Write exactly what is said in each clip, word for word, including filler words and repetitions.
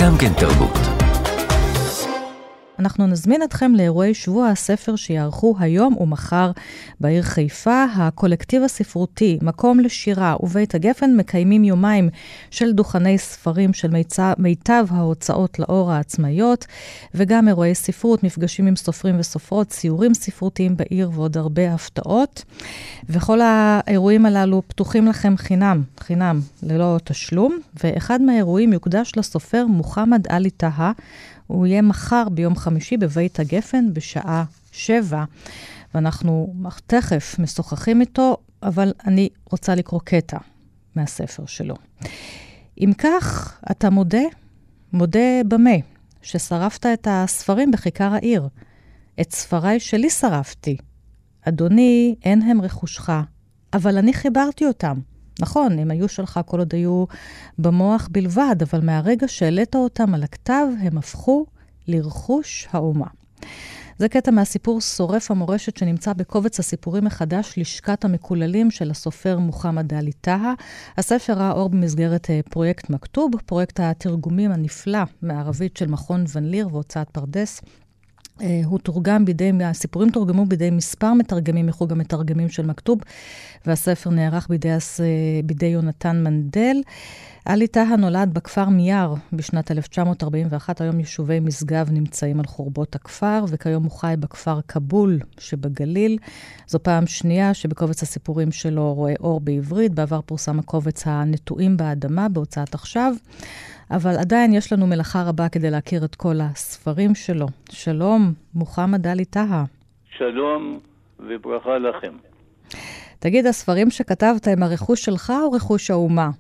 גם כן תרבות. אנחנו נזמין אתכם לאירועי שבוע הספר שיערכו היום ומחר בעיר חיפה. הקולקטיב הספרותי, מקום לשירה ובית הגפן מקיימים יומיים של דוכני ספרים של מיצב, מיטב ההוצאות לאור העצמאיות, וגם אירועי ספרות, מפגשים עם סופרים וסופרות, ציורים ספרותיים בעיר ועוד הרבה הפתעות. וכל האירועים הללו פתוחים לכם חינם, חינם, ללא תשלום, ואחד מהאירועים יוקדש לסופר מוחמד עלי טהא. הוא יהיה מחר ביום חמישי בבית הגפן בשעה שבע, ואנחנו תכף משוחחים איתו, אבל אני רוצה לקרוא קטע מהספר שלו. אם כך, אתה מודה, מודה במה, ששרפת את הספרים בכיכר העיר. את ספריי שלי שרפתי. אדוני, אין הם רכושך, אבל אני חיברתי אותם. נכון, הם היו שלך כל עוד היו במוח בלבד, אבל מהרגע שהעלית אותם על הכתב, הם הפכו לרכוש האומה. זה קטע מהסיפור שורף המורשת שנמצא בקובץ הסיפורים מחדש, לשכת המקוללים של הסופר מוחמד עלי טהא. הספר ראה אור במסגרת פרויקט מכתוב, פרויקט התרגומים הנפלא מערבית של מכון ון ליר והוצאת פרדס. הוא תורגם בידי, הסיפורים תורגמו בידי מספר מתרגמים מחוג המתרגמים של מכתוב, והספר נערך בידי, בידי יונתן מנדל. עלי טהא נולד בכפר מייר בשנת אלף תשע מאות ארבעים ואחת, היום יישובי משגב נמצאים על חורבות הכפר, וכיום הוא חי בכפר קבול שבגליל. זו פעם שנייה שבקובץ הסיפורים שלו רואה אור בעברית, בעבר פורסם הקובץ הנטועים באדמה בהוצאת עכשיו. אבל עדיין יש לנו מלאכה רבה כדי להכיר את כל הספרים שלו. שלום, מוחמד עלי טהא. שלום וברכה לכם. תגיד, הספרים שכתבת הם הרכוש שלך או רכוש האומה?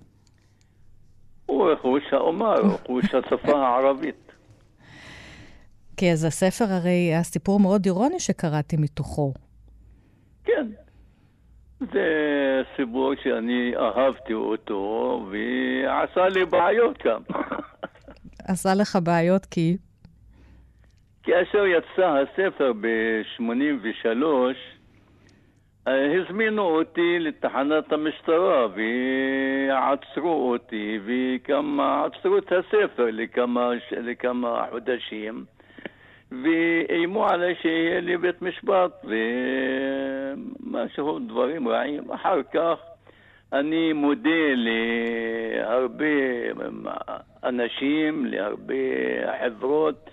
הוא רכוש האומה, רכוש השפה הערבית. כי אז הספר הרי הסיפור מאוד אירוני שקראתי מתוכו. כן. זה סיפור שאני אהבתי אותו, ועשה לי בעיות גם. עשה לך בעיות כי? כאשר יצא הספר ב-שמונים ושלוש, הזמינו אותי לתחנת המשטרה, ועצרו אותי, וכמה עצרו את הספר לכמה, לכמה חודשים. ואיימו עלי שיהיה לי בית משפט ומשהו דברים רעים. אחר כך אני מודה להרבה אנשים, להרבה חברות,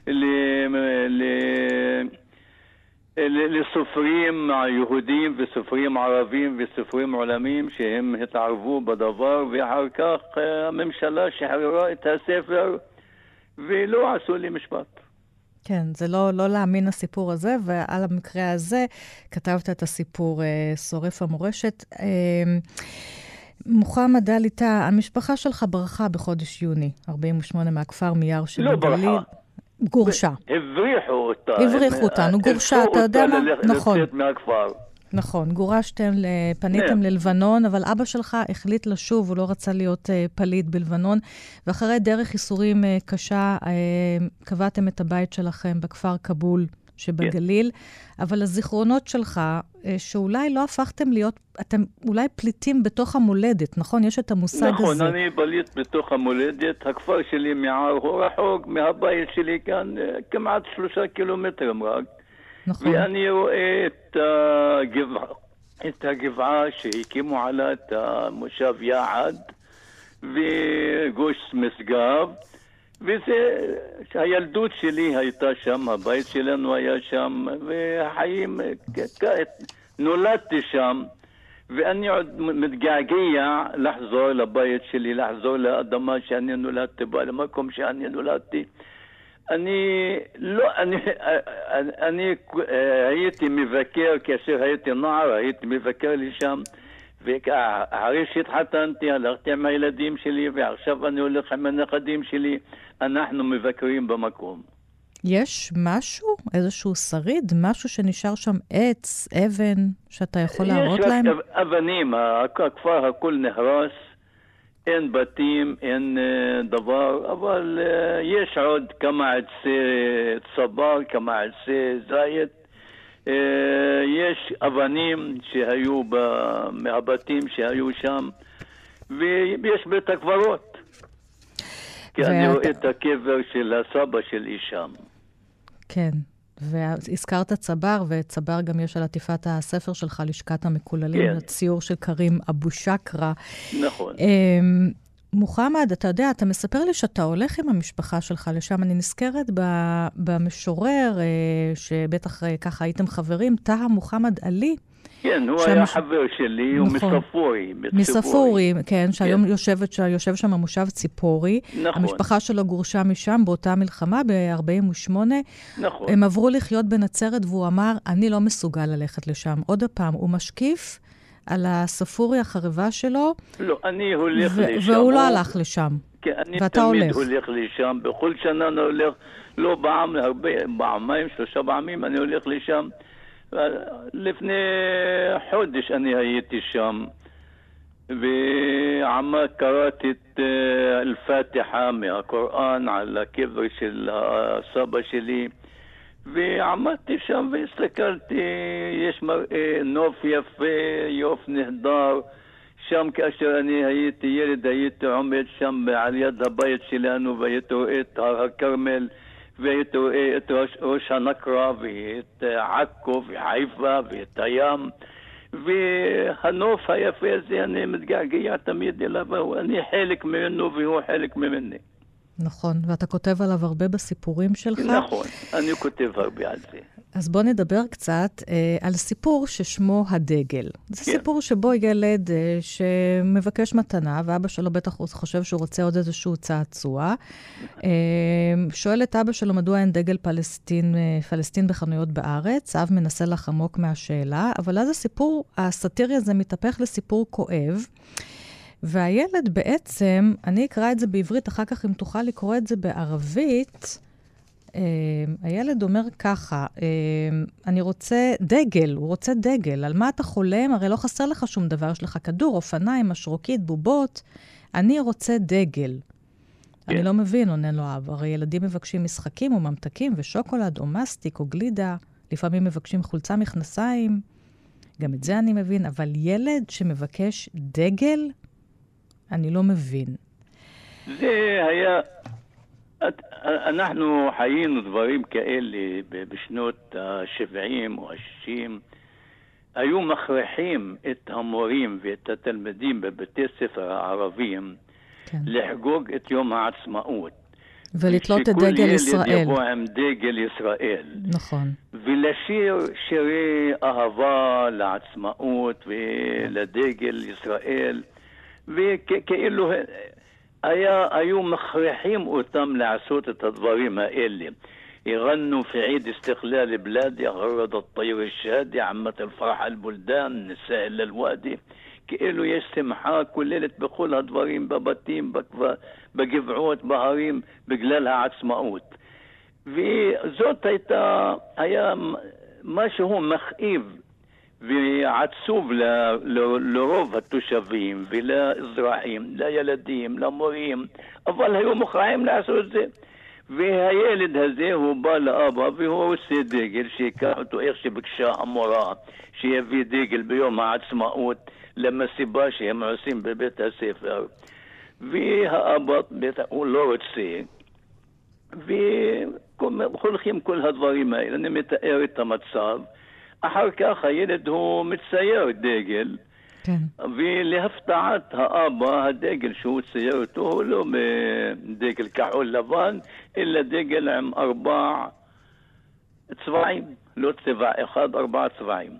לסופרים יהודים וסופרים ערבים וסופרים עולמים שהם התערבו בדבר, ואחר כך הממשלה שחררה את הספר ולא עשו לי משפט. כן, זה לא, לא להאמין הסיפור הזה, ועל המקרה הזה כתבת את הסיפור אה, שורף המורשת. אה, מוחמד עלי טהא, המשפחה שלך ברחה בחודש יוני, ארבעים ושמונה מהכפר מייר שבגליל. לא ברחה. גורשה. הבריחו אותה. הבריחו אותנו, גורשה, אתה יודע מה? נכון. לצאת מהכפר. נכון, גורשתם, פניתם ללבנון, אבל אבא שלך החליט לשוב, הוא לא רצה להיות פליט בלבנון, ואחרי דרך איסורים קשה, קבעתם את הבית שלכם בכפר קבול שבגליל, אבל הזיכרונות שלך, שאולי לא הפכתם להיות, אתם אולי פליטים בתוך המולדת, נכון? יש את המושג הזה. נכון, אני פליט בתוך המולדת, הכפר שלי מיער הוא רחוק מהבית שלי כאן, כמעט שלושה קילומטרים רק. נכון. ואני רואה את הגבעה, את הגבעה שהקימו עלה את המושב יעד וגוש משגב, וזה, הילדות שלי הייתה שם, הבית שלנו היה שם, והחיים, נולדתי שם, ואני עוד מתגעגע לחזור לבית שלי, לחזור לאדמה שאני נולדתי בה, למקום שאני נולדתי. אני לא, אני, אני, אני הייתי מבקר, כאשר הייתי נער, הייתי מבקר לי שם, ואחרי שהתחתנתי, הלכתי עם הילדים שלי, ועכשיו אני הולך עם הנכדים שלי, אנחנו מבקרים במקום. יש משהו, איזשהו שריד, משהו שנשאר שם עץ, אבן, שאתה יכול להראות להם? יש רק אבנים, הכפר הכל נהרס, אין בתים, אין דבר, אבל יש עוד כמה עצי צבר, כמה עצי זית. יש אבנים שהיו מהבתים שהיו שם, ויש בית הקברות. כי ואת... אני רואה את הקבר של הסבא שלי שם. כן, והזכרת צבר, וצבר גם יש על עטיפת הספר שלך, לשכת המקוללים, כן. הציור של קרים אבו שקרה. נכון. מוחמד, אתה יודע, אתה מספר לי שאתה הולך עם המשפחה שלך לשם. אני נזכרת במשורר, שבטח ככה הייתם חברים, טאהא מוחמד עלי. כן, הוא היה חבר שלי, הוא מספורי. מספורי, כן, שהיום יושב שם המושב ציפורי. נכון. המשפחה שלו גורשה משם באותה מלחמה ב-ארבעים ושמונה. נכון. הם עברו לחיות בנצרת, והוא אמר, אני לא מסוגל ללכת לשם. עוד הפעם, הוא משקיף על הספורי החרבה שלו. לא, אני הולך לשם. והוא לא הלך לשם. כן, אני תמיד הולך לשם. בכל שנה אני הולך, לא בעם, הרבה, בעמיים, שלושה בעמים, אני הולך לשם. לפני חודש אני הייתי שם, ועמה קראתי את אל-פאתיחה מהקוראן על הקבר של הסבא שלי, ועמדתי שם והסתכלתי, יש מראה, נוף יפה, יוף נהדר. שם כאשר אני הייתי ילד, הייתי עומד שם על יד הבית שלנו, והייתי רואה את הר הכרמל, והייתי רואה את ראש, ראש הנקרה, ואת עכו, וחיפה, ואת הים. והנוף היפה הזה, אני מתגעגע תמיד אליו, אני חלק ממנו והוא חלק ממני. נכון, ואתה כותב עליו הרבה בסיפורים שלך. נכון, אני כותב הרבה על זה. אז בוא נדבר קצת אה, על סיפור ששמו הדגל. זה כן. סיפור שבו ילד אה, שמבקש מתנה, ואבא שלו בטח חושב שהוא רוצה עוד איזשהו צעצוע. אה, שואל את אבא שלו מדוע אין דגל פלסטין, אה, פלסטין בחנויות בארץ. אב מנסה לחמוק מהשאלה, אבל אז הסיפור הסאטירי הזה מתהפך לסיפור כואב. והילד בעצם, אני אקרא את זה בעברית, אחר כך אם תוכל לקרוא את זה בערבית, Uh, הילד אומר ככה, uh, אני רוצה דגל, הוא רוצה דגל. על מה אתה חולם? הרי לא חסר לך שום דבר. יש לך כדור, אופניים, משרוקית, בובות. אני רוצה דגל. Yeah. אני לא מבין, עונה לו אב. הרי ילדים מבקשים משחקים או ממתקים ושוקולד או מסטיק או גלידה. לפעמים מבקשים חולצה מכנסיים. גם את זה אני מבין. אבל ילד שמבקש דגל, אני לא מבין. זה היה... אנחנו חיינו דברים כאלה בשנות ה-שבעים או ה-שישים. היו מכריחים את המורים ואת התלמידים בבתי ספר הערבים כן. לחגוג את יום העצמאות. ולתלות את דגל ישראל. שכל ילד יבוא עם דגל ישראל. נכון. ולשיר שירי אהבה לעצמאות ולדגל ישראל. וכאילו... היה, היו מכריחים אותם לעשות את הדברים האלה. يغنوا في عيد استقلال بلادي غرد الطير الشادي عمت الفرح البلدان نساء للوادي. כאילו יש שמחה כוללת בכל הדברים, בבתים, בגבעות, בהרים, בגלל העצמאות. וזאת הייתה, היה משהו מכאיב ועצוב ל, ל, לרוב התושבים ולאזרחים, לילדים, למורים, אבל היו מוכרחים לעשות את זה. והילד הזה הוא בא לאבא והוא עושה דגל, שיקח אותו איך שבקשה המורה, שיביא דגל ביום העצמאות למסיבה שהם עושים בבית הספר. והאבא בטח הוא לא רוצה, והולכים כל הדברים האלה. אני מתאר את המצב. אחר כך הילד הוא מצייר דגל, כן. ולהפתעת האבא, הדגל שהוא צייר אותו הוא לא דגל כחול לבן, אלא דגל עם ארבע צבעים, לא צבע אחד, ארבע צבעים.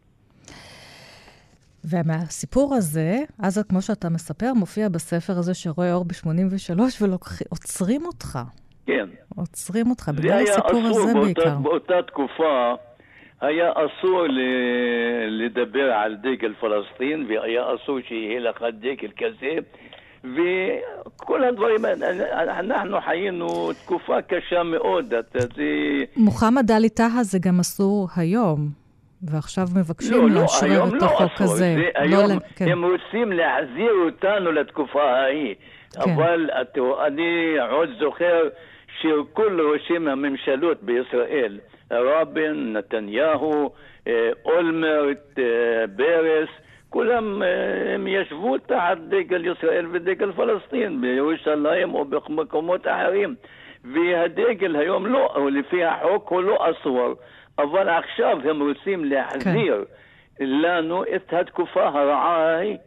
ומהסיפור הזה, אז כמו שאתה מספר, מופיע בספר הזה שרואה אור ב-שמונים ושלוש, ועוצרים אותך. כן. עוצרים אותך, בגלל הסיפור הזה בעיקר. באותה תקופה, היה אסור לדבר על דגל פלסטין, והיה אסור שיהיה לך דגל כזה, וכל הדברים, אנחנו חיינו תקופה קשה מאוד. מוחמד עלי טאהא זה גם אסור היום, ועכשיו מבקשים לאשרר את החוק הזה. היום הם רוצים להחזיר אותנו לתקופה ההיא, אבל אני עוד זוכר שכל ראשי הממשלות בישראל, רבין, נתניהו, אולמרט, ברס, כולם הם ישבו תחת דגל ישראל ודגל פלסטין בירושלים או במקומות אחרים, והדגל היום לא, או לפי החוק הוא לא אסור, אבל עכשיו הם רוצים להחזיר כן. לנו את התקופה הרעה ההיא.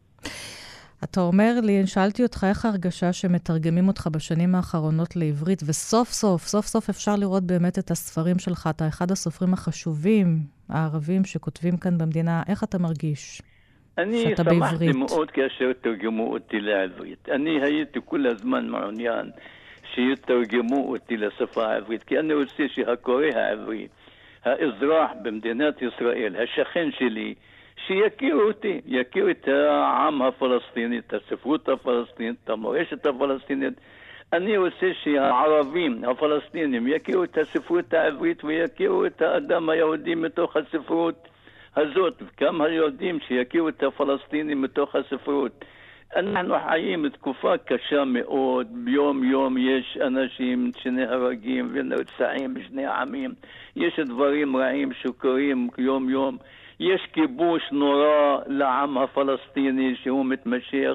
אתה אומר לי, שאלתי אותך איך ההרגשה שמתרגמים אותך בשנים האחרונות לעברית, וסוף סוף, סוף סוף אפשר לראות באמת את הספרים שלך. אתה אחד הסופרים החשובים, הערבים שכותבים כאן במדינה. איך אתה מרגיש? אני שמחתי מאוד כאשר תרגמו אותי לעברית. אני הייתי כל הזמן מעוניין שיתרגמו אותי לשפה העברית, כי אני רוצה שהקורא העברי, האזרח במדינת ישראל, השכן שלי, שיכיר אותי, יכיר את העם הפלסטיני, את הספרות הפלסטינית, את המורשת הפלסטינית. אני רוצה שהערבים הפלסטינים יכירו את הספרות העברית ויכירו את האדם היהודי מתוך הספרות הזאת, וגם היהודים שיכירו את הפלסטינים מתוך הספרות. אנחנו חיים תקופה קשה מאוד, ביום יום יש אנשים שנהרגים ונרצחים בשני העמים, יש דברים רעים שקורים יום יום, יש כיבוש נורא לעם הפלסטיני שהוא מתמשך,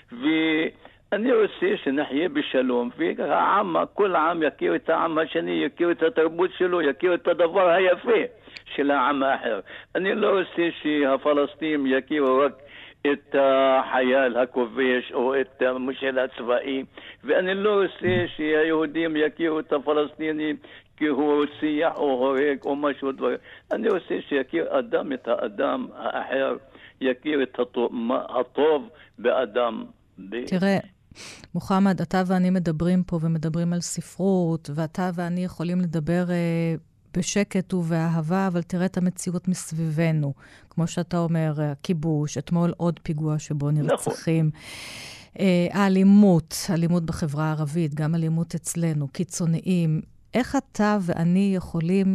ואני רוצה שנחיה בשלום, והעם, כל העם יכיר את העם השני, יכיר את התרבות שלו, יכיר את הדבר היפה של העם האחר. אני לא רוצה שהפלסטינים יכירו רק את החייל הכובש או את המושל הצבאי, ואני לא רוצה שהיהודים יכירו את הפלסטינים כי הוא רוצח או הורג או משהו דבר. אני רוצה שיכיר אדם את האדם האחר, יכיר את הטוב, הטוב באדם. תראה, מוחמד, אתה ואני מדברים פה ומדברים על ספרות, ואתה ואני יכולים לדבר אה, בשקט ובאהבה, אבל תראה את המציאות מסביבנו. כמו שאתה אומר, הכיבוש, אתמול עוד פיגוע שבו נרצחים. נכון. אה, האלימות, אלימות בחברה הערבית, גם אלימות אצלנו, קיצוניים. איך אתה ואני יכולים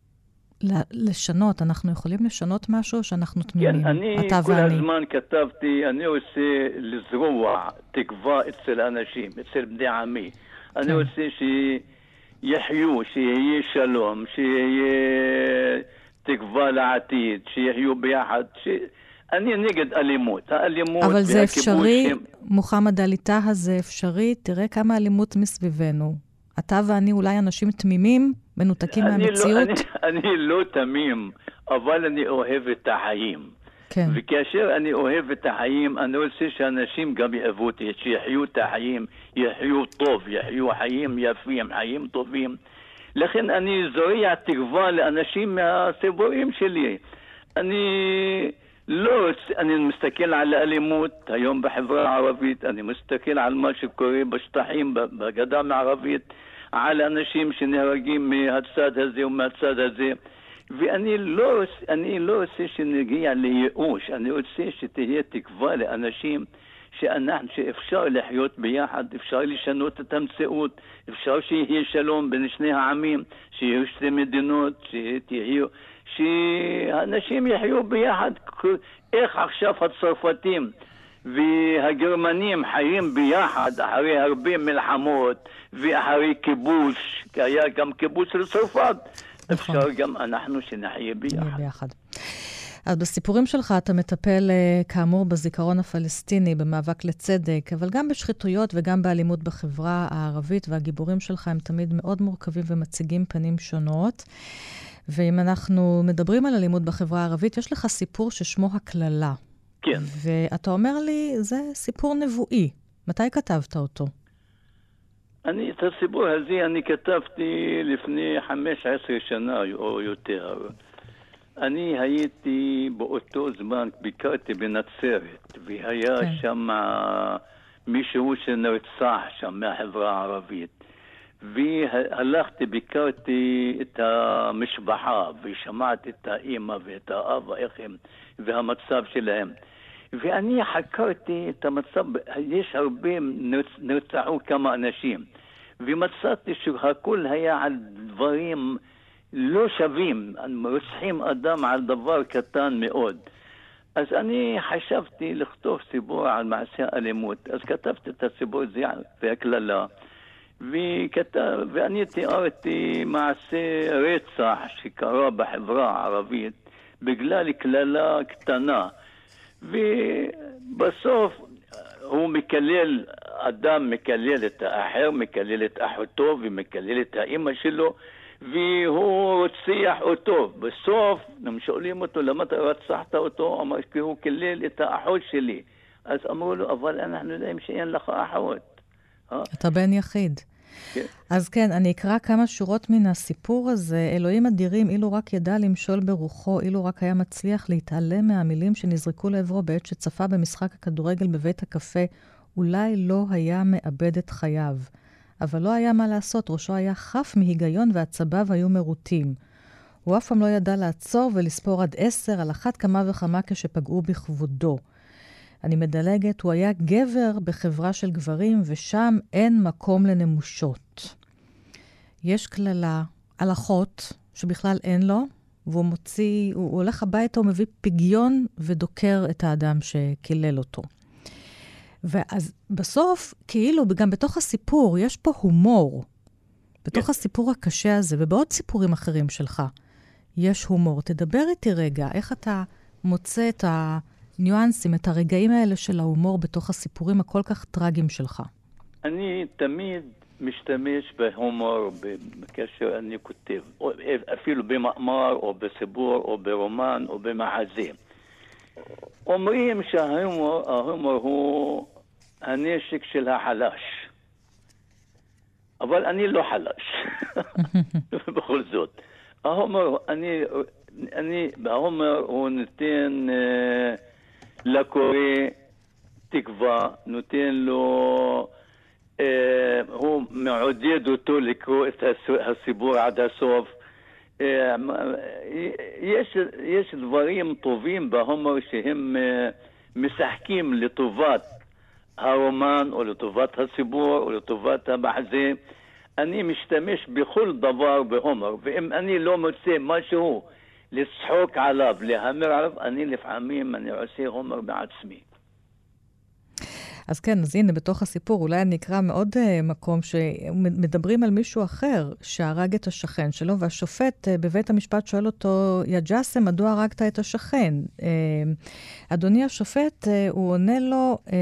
לשנות? אנחנו יכולים לשנות משהו שאנחנו תמימים? כן, אני כל ואני. הזמן כתבתי, אני רוצה לזרוע תקווה אצל האנשים, אצל בני עמי. כן. אני רוצה שיחיו, שיהיה שלום, שיהיה תקווה לעתיד, שיחיו ביחד. ש... אני נגד אלימות. האלימות אבל זה אפשרי, הם... מוחמד עליתה הזה אפשרי, תראה כמה אלימות מסביבנו. אתה ואני אולי אנשים תמימים, מנותקים מהמציאות? לא, אני, אני לא תמים, אבל אני אוהב את החיים. כן. וכאשר אני אוהב את החיים, אני רוצה שאנשים גם יאהבו אותי, שיחיו את החיים, יחיו טוב, יחיו חיים יפים, חיים טובים. לכן אני זורע תקווה לאנשים מהסיפורים שלי. אני לא, אני מסתכל על האלימות היום בחברה הערבית, אני מסתכל על מה שקורה בשטחים, בגדה המערבית, על אנשים שנהרגים מהצד הזה ומהצד הזה, ואני לא, אני לא רוצה שנגיע לייאוש, אני רוצה שתהיה תקווה לאנשים שאנחנו, שאפשר לחיות ביחד, אפשר לשנות את המציאות, אפשר שיהיה שלום בין שני העמים, שיהיו שתי מדינות, שתהיו, שאנשים יחיו ביחד, איך עכשיו הצרפתים והגרמנים חיים ביחד אחרי הרבה מלחמות ואחרי כיבוש, כי היה גם כיבוש של צרפת, אפשר גם אנחנו שנחיה ביחד. ביחד. אז בסיפורים שלך אתה מטפל כאמור בזיכרון הפלסטיני, במאבק לצדק, אבל גם בשחיתויות וגם באלימות בחברה הערבית, והגיבורים שלך הם תמיד מאוד מורכבים ומציגים פנים שונות. ואם אנחנו מדברים על אלימות בחברה הערבית, יש לך סיפור ששמו הכללה. כן. ואתה אומר לי, זה סיפור נבואי. מתי כתבת אותו? אני, את הסיפור הזה אני כתבתי לפני חמש עשרה שנה או יותר. אני הייתי באותו זמן, ביקרתי בנצרת, והיה כן. שם מישהו שנרצח שם מהחברה הערבית. והלכתי, ביקרתי את המשפחה, ושמעתי את האמא ואת האבא, איך הם, והמצב שלהם. ואני חקרתי את המצב, יש הרבה, נרצחו כמה אנשים, ומצאתי שהכל היה על דברים לא שווים, רוצחים אדם על דבר קטן מאוד. אז אני חשבתי לכתוב סיפור על מעשה אלימות, אז כתבתי את הסיפור הזה והכללה, וכתב, ואני תיארתי מעשה רצח שקרה בחברה הערבית בגלל כללה קטנה, ובסוף הוא מקלל, אדם מקלל את האחר, מקלל את אחותו ומקלל את האמא שלו, והוא רוצח אותו. בסוף הם שואלים אותו, למה אתה רצחת אותו? אמר, כי הוא קלל את האחות שלי. אז אמרו לו, אבל אנחנו יודעים שאין לך אחות. אתה בן יחיד. כן. אז כן, אני אקרא כמה שורות מן הסיפור הזה. אלוהים אדירים, אילו רק ידע למשול ברוחו, אילו רק היה מצליח להתעלם מהמילים שנזרקו לעברו בעת שצפה במשחק הכדורגל בבית הקפה, אולי לא היה מאבד את חייו. אבל לא היה מה לעשות, ראשו היה חף מהיגיון ועצביו היו מרוטים. הוא אף פעם לא ידע לעצור ולספור עד עשר, על אחת כמה וכמה כשפגעו בכבודו. אני מדלגת, הוא היה גבר בחברה של גברים, ושם אין מקום לנמושות. יש כללה על אחות, שבכלל אין לו, והוא מוציא, הוא הולך הביתה, הוא מביא פגיון ודוקר את האדם שקילל אותו. ואז בסוף, כאילו, גם בתוך הסיפור, יש פה הומור. בתוך yes. הסיפור הקשה הזה, ובעוד סיפורים אחרים שלך, יש הומור. תדבר איתי רגע, איך אתה מוצא את הניואנסים, את הרגעים האלה של ההומור בתוך הסיפורים הכל כך טרגיים שלך? אני תמיד משתמש בהומור בקשר אני כותב, אפילו במאמר או בסיפור או ברומן או במחזה. אומרים שההומור ההומור הוא הנשק של החלש. אבל אני לא חלש. בכל זאת. ההומור, אני, אני, בהומור הוא נותן uh, לקורא תקווה, נותן לו, uh, הוא מעודד אותו לקרוא את הסיפור עד הסוף. יש, יש דברים טובים בהומור שהם משחקים לטובת הרומן או לטובת הסיפור או לטובת המחזה. אני משתמש בכל דבר בהומור, ואם אני לא מוצא משהו לצחוק עליו, להמר עליו, אני לפעמים אני עושה הומור בעצמי. אז כן, אז הנה, בתוך הסיפור, אולי אני אקרא מעוד uh, מקום שמדברים על מישהו אחר שהרג את השכן שלו, והשופט uh, בבית המשפט שואל אותו, יא ג'אסם, מדוע הרגת את השכן? Uh, אדוני השופט, uh, הוא עונה לו, uh,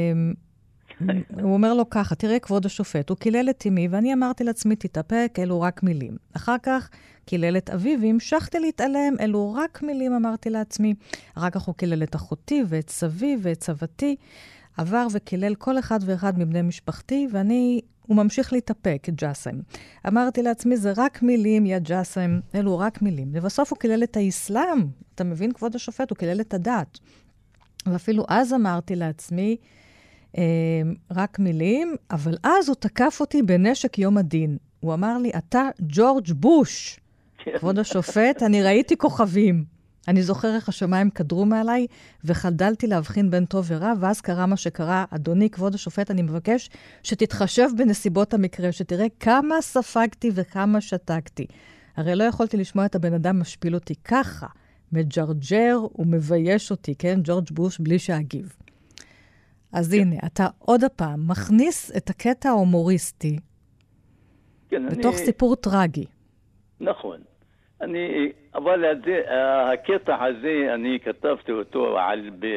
הוא אומר לו ככה, תראה כבוד השופט, הוא קילל את אמי, ואני אמרתי לעצמי, תתאפק, אלו רק מילים. אחר כך קילל את אבי, והמשכתי להתעלם, אלו רק מילים, אמרתי לעצמי. אחר כך הוא קילל את אחותי ואת סבי ואת סבתי, עבר וקילל כל אחד ואחד מבני משפחתי, ואני, הוא ממשיך להתאפק, ג'אסם. אמרתי לעצמי, זה רק מילים, יא ג'אסם, אלו רק מילים. ובסוף הוא קילל את האסלאם, אתה מבין, כבוד השופט, הוא קילל את הדת. ואפילו אז אמרתי לעצמי, אה, רק מילים, אבל אז הוא תקף אותי בנשק יום הדין. הוא אמר לי, אתה ג'ורג' בוש. כבוד השופט, אני ראיתי כוכבים. אני זוכר איך השמיים קדרו מעליי, וחדלתי להבחין בין טוב ורע, ואז קרה מה שקרה. אדוני, כבוד השופט, אני מבקש שתתחשב בנסיבות המקרה, שתראה כמה ספגתי וכמה שתקתי. הרי לא יכולתי לשמוע את הבן אדם משפיל אותי ככה, מג'רג'ר ומבייש אותי, כן? ג'ורג' בוש, בלי שאגיב. אז כן. הנה, אתה עוד הפעם מכניס את הקטע ההומוריסטי, כן, בתוך אני... סיפור טרגי. נכון. אני, אבל הזה, הקטע הזה, אני כתבתי אותו על, ב,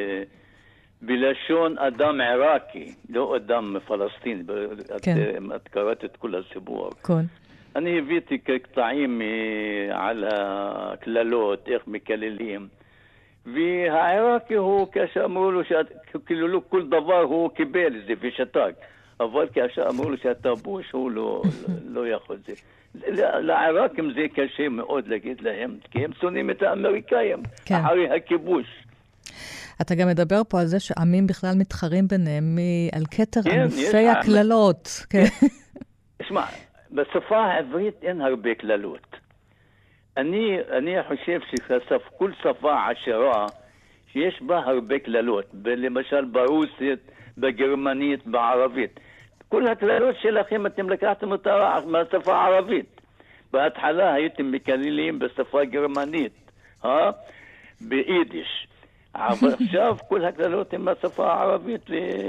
בלשון אדם עיראקי, לא אדם פלסטיני. כן. את, את קראת את כל הסיפור. כן. אני הבאתי קטעים על הכללות, איך מקללים. והעיראקי הוא, כאשר אמרו לו, שכאילו כל דבר הוא קיבל את זה ושתק. אבל כאשר אמרו לו שאתה בוש, הוא לא, לא יכול זה. לעיראקים זה קשה מאוד להגיד להם, כי הם שונאים את האמריקאים, כן. אחרי הכיבוש. אתה גם מדבר פה על זה שעמים בכלל מתחרים ביניהם על כתר כן, אלפי הכללות. כן. תשמע, בשפה העברית אין הרבה כללות. אני, אני חושב שכל שפה עשירה שיש בה הרבה כללות, למשל ברוסית, בגרמנית, בערבית. כל הכללות שלכם אתם לקחתם אותה מהשפה הערבית. בהתחלה הייתם מקללים בשפה גרמנית, אה? ביידיש. אבל עכשיו כל הכללות הן מהשפה הערבית.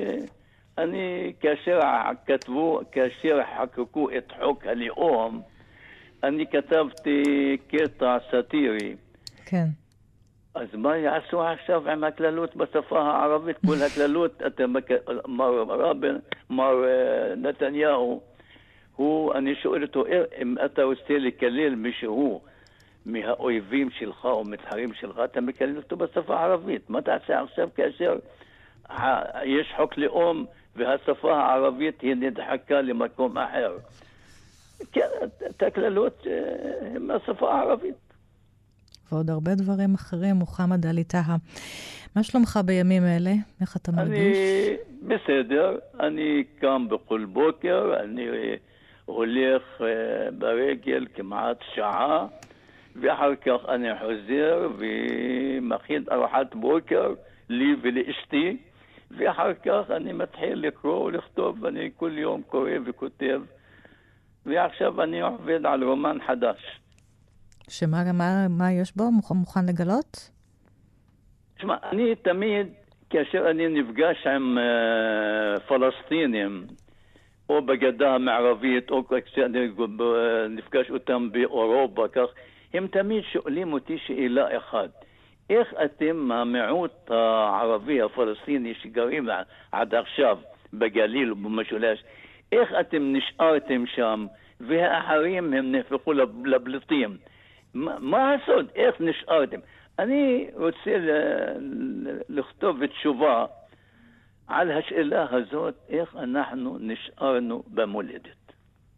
ואני, כאשר כתבו, כאשר חקקו את חוק הלאום, אני כתבתי קטע סאטירי. כן. אז מה יעשו עכשיו עם הכללות בשפה הערבית? כל הכללות, מר רבין, מר נתניהו, הוא, אני שואל אותו, אם אתה רוצה לקלל מישהו מהאויבים שלך או מתחרים שלך, אתה מקלל אותו בשפה הערבית. מה תעשה עכשיו כאשר יש חוק לאום והשפה הערבית היא נדחקה למקום אחר? כן, את הכללות הן מהשפה הערבית. ועוד הרבה דברים אחרים. מוחמד עלי טהא, מה שלומך בימים אלה? איך אתה מרגיש? אני בסדר, אני קם בכל בוקר, אני הולך ברגל כמעט שעה, ואחר כך אני חוזר ומכין ארוחת בוקר לי ולאשתי, ואחר כך אני מתחיל לקרוא ולכתוב, אני כל יום קורא וכותב, ועכשיו אני עובד על רומן חדש. שמה מה, מה יש בו? מוכן לגלות? תשמע, אני תמיד, כאשר אני נפגש עם uh, פלסטינים, או בגדה המערבית, או כשאני נפגש אותם באירופה, כך, הם תמיד שואלים אותי שאלה אחת. איך אתם, המיעוט הערבי הפלסטיני שגרים עד עכשיו בגליל ובמשולש, איך אתם נשארתם שם, והאחרים הם נהפכו לפליטים? מה, מה הסוד? איך נשארתם? אני רוצה לכתוב תשובה על השאלה הזאת, איך אנחנו נשארנו במולדת.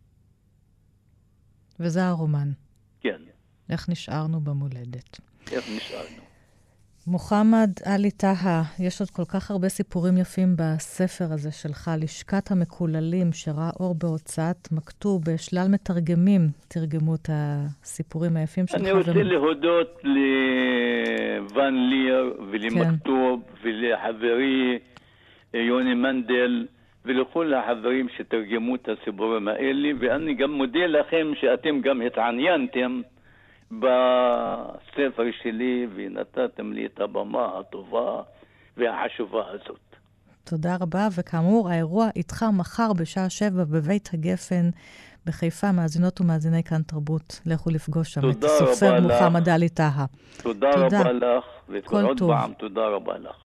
וזה הרומן. כן. איך נשארנו במולדת. איך נשארנו. מוחמד עלי טהא, יש עוד כל כך הרבה סיפורים יפים בספר הזה שלך, לשכת המקוללים, שראה אור בהוצאת מכתוב, בשלל מתרגמים תרגמו את הסיפורים היפים שלך. אני רוצה ו... להודות לוון ליר ולמכתוב כן. ולחברי יוני מנדל ולכל החברים שתרגמו את הסיפורים האלה, ואני גם מודה לכם שאתם גם התעניינתם בספר שלי ונתתם לי את הבמה הטובה והחשובה הזאת. תודה רבה, וכאמור האירוע איתך מחר בשעה שבע בבית הגפן בחיפה. מאזינות ומאזיני כאן תרבות, לכו לפגוש שם את הסופר מוחמד עלי טהא. תודה, תודה רבה לך, וכל עוד פעם תודה רבה לך.